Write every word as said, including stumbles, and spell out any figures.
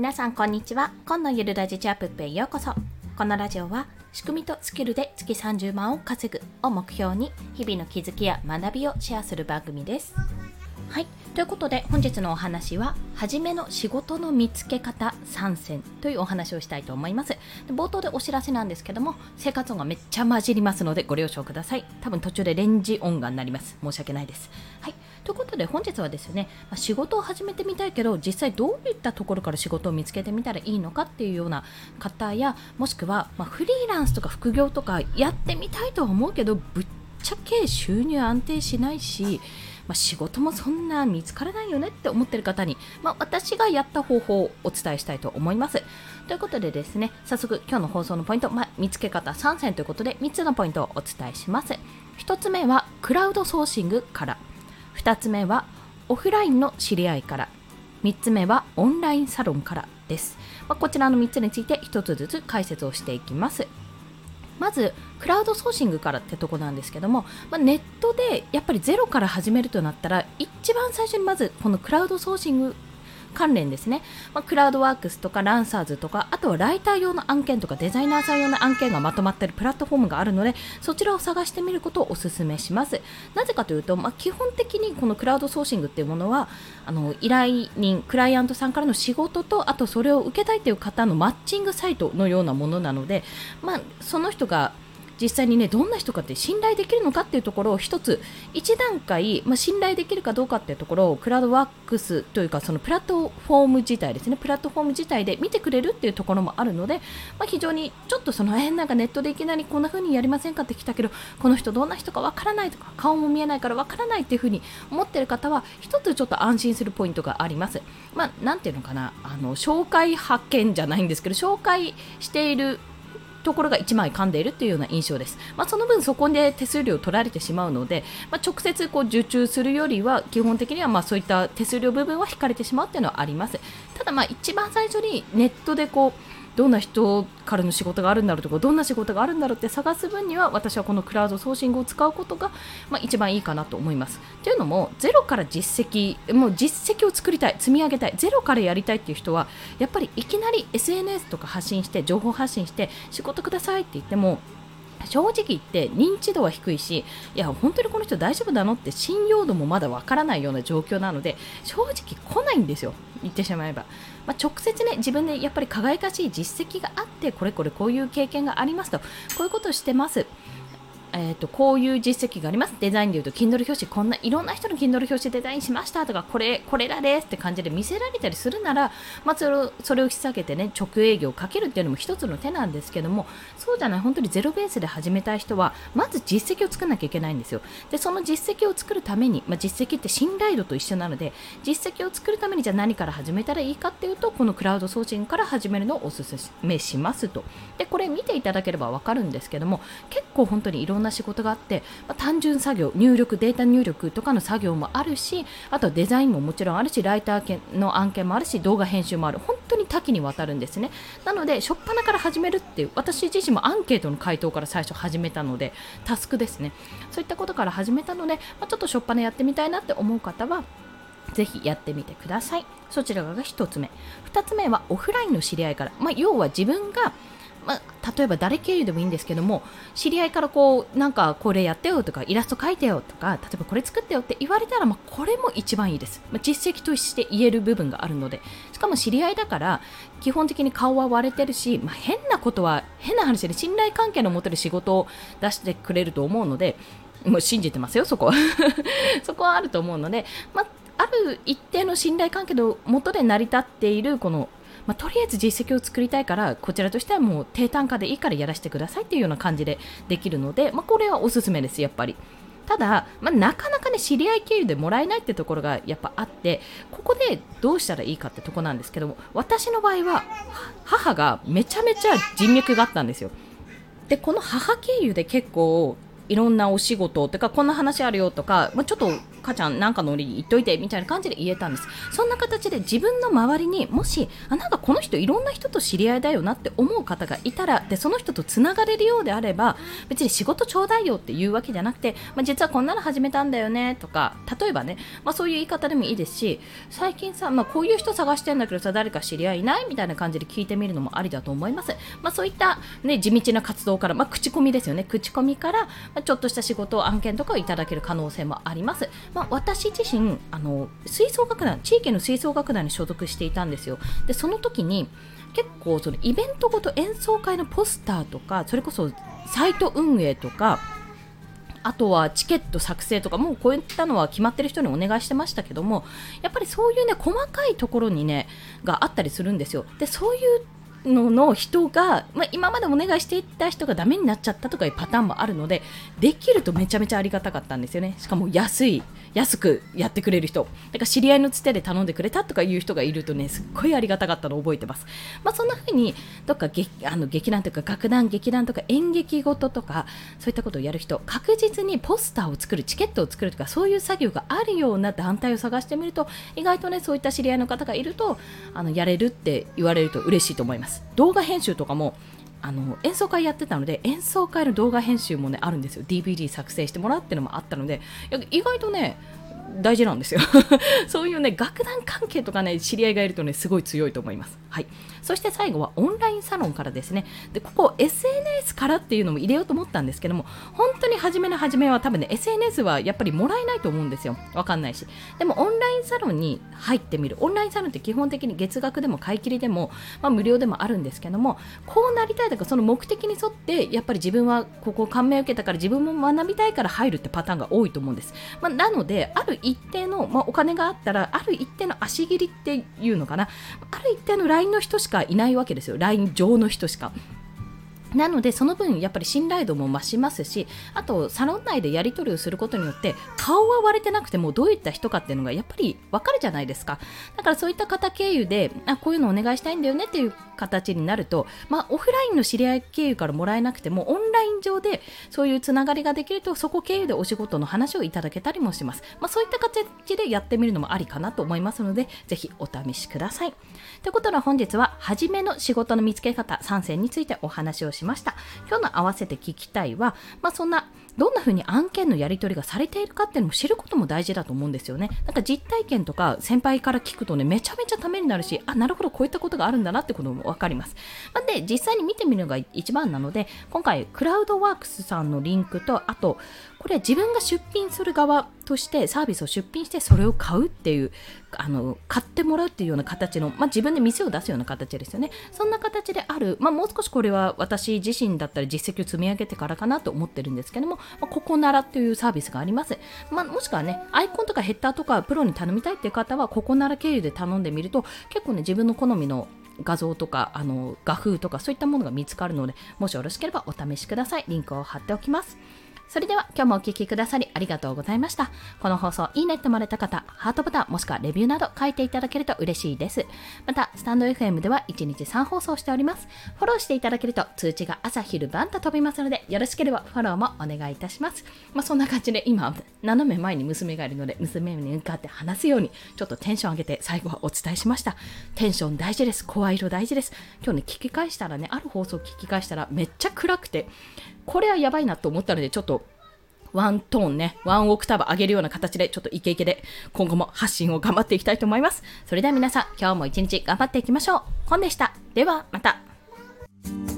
皆さんこんにちは。今のゆるラジチャップへようこそ。このラジオは仕組みとスキルで月さんじゅうまんを稼ぐを目標に日々の気づきや学びをシェアする番組です。はい、ということで本日のお話は初めの仕事の見つけ方さん選というお話をしたいと思います。で冒頭でお知らせなんですけども、生活音がめっちゃ混じりますのでご了承ください。多分途中でレンジ音がになります。申し訳ないです。はい、ということで本日はですね、仕事を始めてみたいけど実際どういったところから仕事を見つけてみたらいいのかっていうような方や、もしくは、まあ、フリーランスとか副業とかやってみたいとは思うけどぶっちゃけ収入安定しないし、まあ、仕事もそんな見つからないよねって思ってる方に、まあ、私がやった方法をお伝えしたいと思います。ということでですね、早速今日の放送のポイント、まあ、見つけ方さん選ということでみっつのポイントをお伝えします。ひとつめはクラウドソーシングから、ふたつめはオフラインの知り合いから、みっつめはオンラインサロンからです。まあ、こちらのみっつについてひとつずつ解説をしていきます。まずクラウドソーシングからってとこなんですけども、まあ、ネットでやっぱりゼロから始めるとなったら一番最初にまずこのクラウドソーシング関連ですね、まあ、クラウドワークスとかランサーズとか、あとはライター用の案件とかデザイナーさん用の案件がまとまっているプラットフォームがあるので、そちらを探してみることをお勧めします。なぜかというと、まあ、基本的にこのクラウドソーシングっていうものはあの依頼人クライアントさんからの仕事と、あとそれを受けたいという方のマッチングサイトのようなものなので、まあ、その人が実際にねどんな人かって信頼できるのかっていうところを一つ一段階、まあ、信頼できるかどうかっていうところをクラウドワークスというかそのプラットフォーム自体ですねプラットフォーム自体で見てくれるっていうところもあるので、まあ、非常にちょっとその辺なんかネットでいきなりこんな風にやりませんかって来たけどこの人どんな人かわからないとか顔も見えないからわからないっていう風に思ってる方は一つちょっと安心するポイントがあります。まあなんていうのかな、あの紹介発見じゃないんですけど紹介しているところがいちまい噛んでいるというような印象です。まあ、その分そこで手数料を取られてしまうので、まあ、直接こう受注するよりは基本的にはまあそういった手数料部分は引かれてしまうというのはあります。ただまあ一番最初にネットでこうどんな人からの仕事があるんだろうとかどんな仕事があるんだろうって探す分には私はこのクラウドソーシングを使うことが、まあ、一番いいかなと思います。というのもゼロから実績もう実績を作りたい積み上げたいゼロからやりたいっていう人はやっぱりいきなり エスエヌエス とか発信して情報発信して仕事くださいって言っても正直言って認知度は低いし、いや本当にこの人大丈夫なのって信用度もまだわからないような状況なので正直来ないんですよ、言ってしまえば。まあ、直接ね自分でやっぱり輝かしい実績があってこれこれこういう経験がありますとこういうことをしてます、えー、とこういう実績があります。デザインでいうと Kindle 表紙こんないろんな人の Kindle 表紙デザインしましたとかこれこれらですって感じで見せられたりするなら、まあ、それをそれを引き下げてね直営業をかけるっていうのも一つの手なんですけども、そうじゃない本当にゼロベースで始めたい人はまず実績を作らなきゃいけないんですよ。でその実績を作るために、まあ、実績って信頼度と一緒なので実績を作るためにじゃあ何から始めたらいいかっていうとこのクラウドソーシングから始めるのをお勧めしますと。でこれ見ていただければ分かるんですけども結構本当にいろんな仕事があって、まあ、単純作業入力データ入力とかの作業もあるし、あとはデザインももちろんあるしライターの案件もあるし動画編集もある、本当に多岐にわたるんですね。なので初っ端から始めるっていう私自身もアンケートの回答から最初始めたのでタスクですね、そういったことから始めたので、まあ、ちょっと初っ端やってみたいなって思う方はぜひやってみてください。そちらがひとつめ。ふたつめはオフラインの知り合いから、まあ、要は自分がまあ、例えば誰経由でもいいんですけども知り合いからこうなんかこれやってよとかイラスト描いてよとか例えばこれ作ってよって言われたら、まあ、これも一番いいです、まあ、実績として言える部分があるので、しかも知り合いだから基本的に顔は割れてるし、まあ、変なことは変な話で信頼関係の持てる仕事を出してくれると思うのでもう信じてますよそこはそこはあると思うので、まあ、ある一定の信頼関係のもとで成り立っているこのまあ、とりあえず実績を作りたいからこちらとしてはもう低単価でいいからやらせてくださいっていうような感じでできるので、まあ、これはおすすめですやっぱり。ただ、まあ、なかなかね知り合い経由でもらえないってところがやっぱあってここでどうしたらいいかってとこなんですけども、私の場合は母がめちゃめちゃ人脈があったんですよ。でこの母経由で結構いろんなお仕事とかこんな話あるよとか、まあ、ちょっと母ちゃんなんかの折に言っといてみたいな感じで言えたんです。そんな形で自分の周りにもしあなんかこの人いろんな人と知り合いだよなって思う方がいたら、でその人とつながれるようであれば、別に仕事ちょうだいよっていうわけじゃなくて、まあ、実はこんなの始めたんだよねとか、例えばね、まあ、そういう言い方でもいいですし、最近さ、まあ、こういう人探してんだけどさ誰か知り合いいないみたいな感じで聞いてみるのもありだと思います。まあ、そういった、ね、地道な活動から、まあ、口コミですよね。口コミから、まあ、ちょっとした仕事案件とかをいただける可能性もあります。まあ、私自身あの吹奏楽団、地域の吹奏楽団に所属していたんですよ。でその時に結構そのイベントごと演奏会のポスターとか、それこそサイト運営とか、あとはチケット作成とか、もうこういったのは決まってる人にお願いしてましたけども、やっぱりそういうね細かいところにねがあったりするんですよ。でそういうのの人が、まあ、今までお願いしていた人がダメになっちゃったとかいうパターンもあるので、できるとめちゃめちゃありがたかったんですよね。しかも安い安くやってくれる人だから、知り合いのつてで頼んでくれたとかいう人がいるとね、すっごいありがたかったのを覚えてます。まあ、そんな風にどっか劇あの劇団とか楽団劇団とか演劇ごととかそういったことをやる人、確実にポスターを作る、チケットを作るとか、そういう作業があるような団体を探してみると、意外とねそういった知り合いの方がいるとあのやれるって言われると嬉しいと思います。動画編集とかもあの演奏会やってたので、演奏会の動画編集もねあるんですよ。 ディーブイディー 作成してもらうっていうのもあったので、意外とね大事なんですよそういうね楽団関係とかね知り合いがいるとねすごい強いと思います。はい。そして最後はオンラインサロンからですね。でここ エスエヌエス からっていうのも入れようと思ったんですけども、本当に初めの初めは多分ね エスエヌエス はやっぱりもらえないと思うんですよ。わかんないし。でもオンラインサロンに入ってみる。オンラインサロンって基本的に月額でも買い切りでも、まあ、無料でもあるんですけども、こうなりたいとかその目的に沿ってやっぱり自分はここ感銘を受けたから自分も学びたいから入るってパターンが多いと思うんです。まあ、なのである一定の、まあ、お金があったらある一定の足切りっていうのかな、ある一定の ライン の人しかいないわけですよ。 ライン 上の人しか。なのでその分やっぱり信頼度も増しますし、あとサロン内でやり取りをすることによって顔は割れてなくてもどういった人かっていうのがやっぱり分かるじゃないですか。だからそういった方経由であこういうのお願いしたいんだよねっていう形になると、まあ、オフラインの知り合い経由からもらえなくてもオンライン上でそういうつながりができると、そこ経由でお仕事の話をいただけたりもします。まあ、そういった形でやってみるのもありかなと思いますので、ぜひお試しください。ということで本日は初めの仕事の見つけ方さんせんについてお話をしました。今日の合わせて聞きたいは、まあ、そんなどんな風に案件のやり取りがされているかっていうのも知ることも大事だと思うんですよね。なんか実体験とか先輩から聞くとねめちゃめちゃためになるし、あなるほどこういったことがあるんだなってことも分かります。なんで実際に見てみるのが一番なので、今回クラウドワークスさんのリンクと、あとこれは自分が出品する側としてサービスを出品してそれを買うっていう、あの買ってもらうっていうような形の、まあ、自分で店を出すような形ですよね。そんな形である、まあ、もう少しこれは私自身だったり実績を積み上げてからかなと思ってるんですけども、まあ、ここならというサービスがあります。まあ、もしくはねアイコンとかヘッダーとかプロに頼みたいっていう方はここなら経由で頼んでみると結構ね自分の好みの画像とかあの画風とかそういったものが見つかるので、もしよろしければお試しください。リンクを貼っておきます。それでは今日もお聞きくださりありがとうございました。この放送いいねって思われた方、ハートボタンもしくはレビューなど書いていただけると嬉しいです。またスタンド エフエム ではいちにちさん放送しております。フォローしていただけると通知が朝昼晩と飛びますので、よろしければフォローもお願いいたします。まあ、そんな感じで今斜め前に娘がいるので、娘に向かって話すようにちょっとテンション上げて最後はお伝えしました。テンション大事です。声色大事です。今日ね聞き返したらね、ある放送聞き返したらめっちゃ暗くて、これはやばいなと思ったので、ちょっとワントーンね、ワンオクターブ上げるような形でちょっとイケイケで今後も発信を頑張っていきたいと思います。それでは皆さん今日も一日頑張っていきましょう。コンでした。ではまた。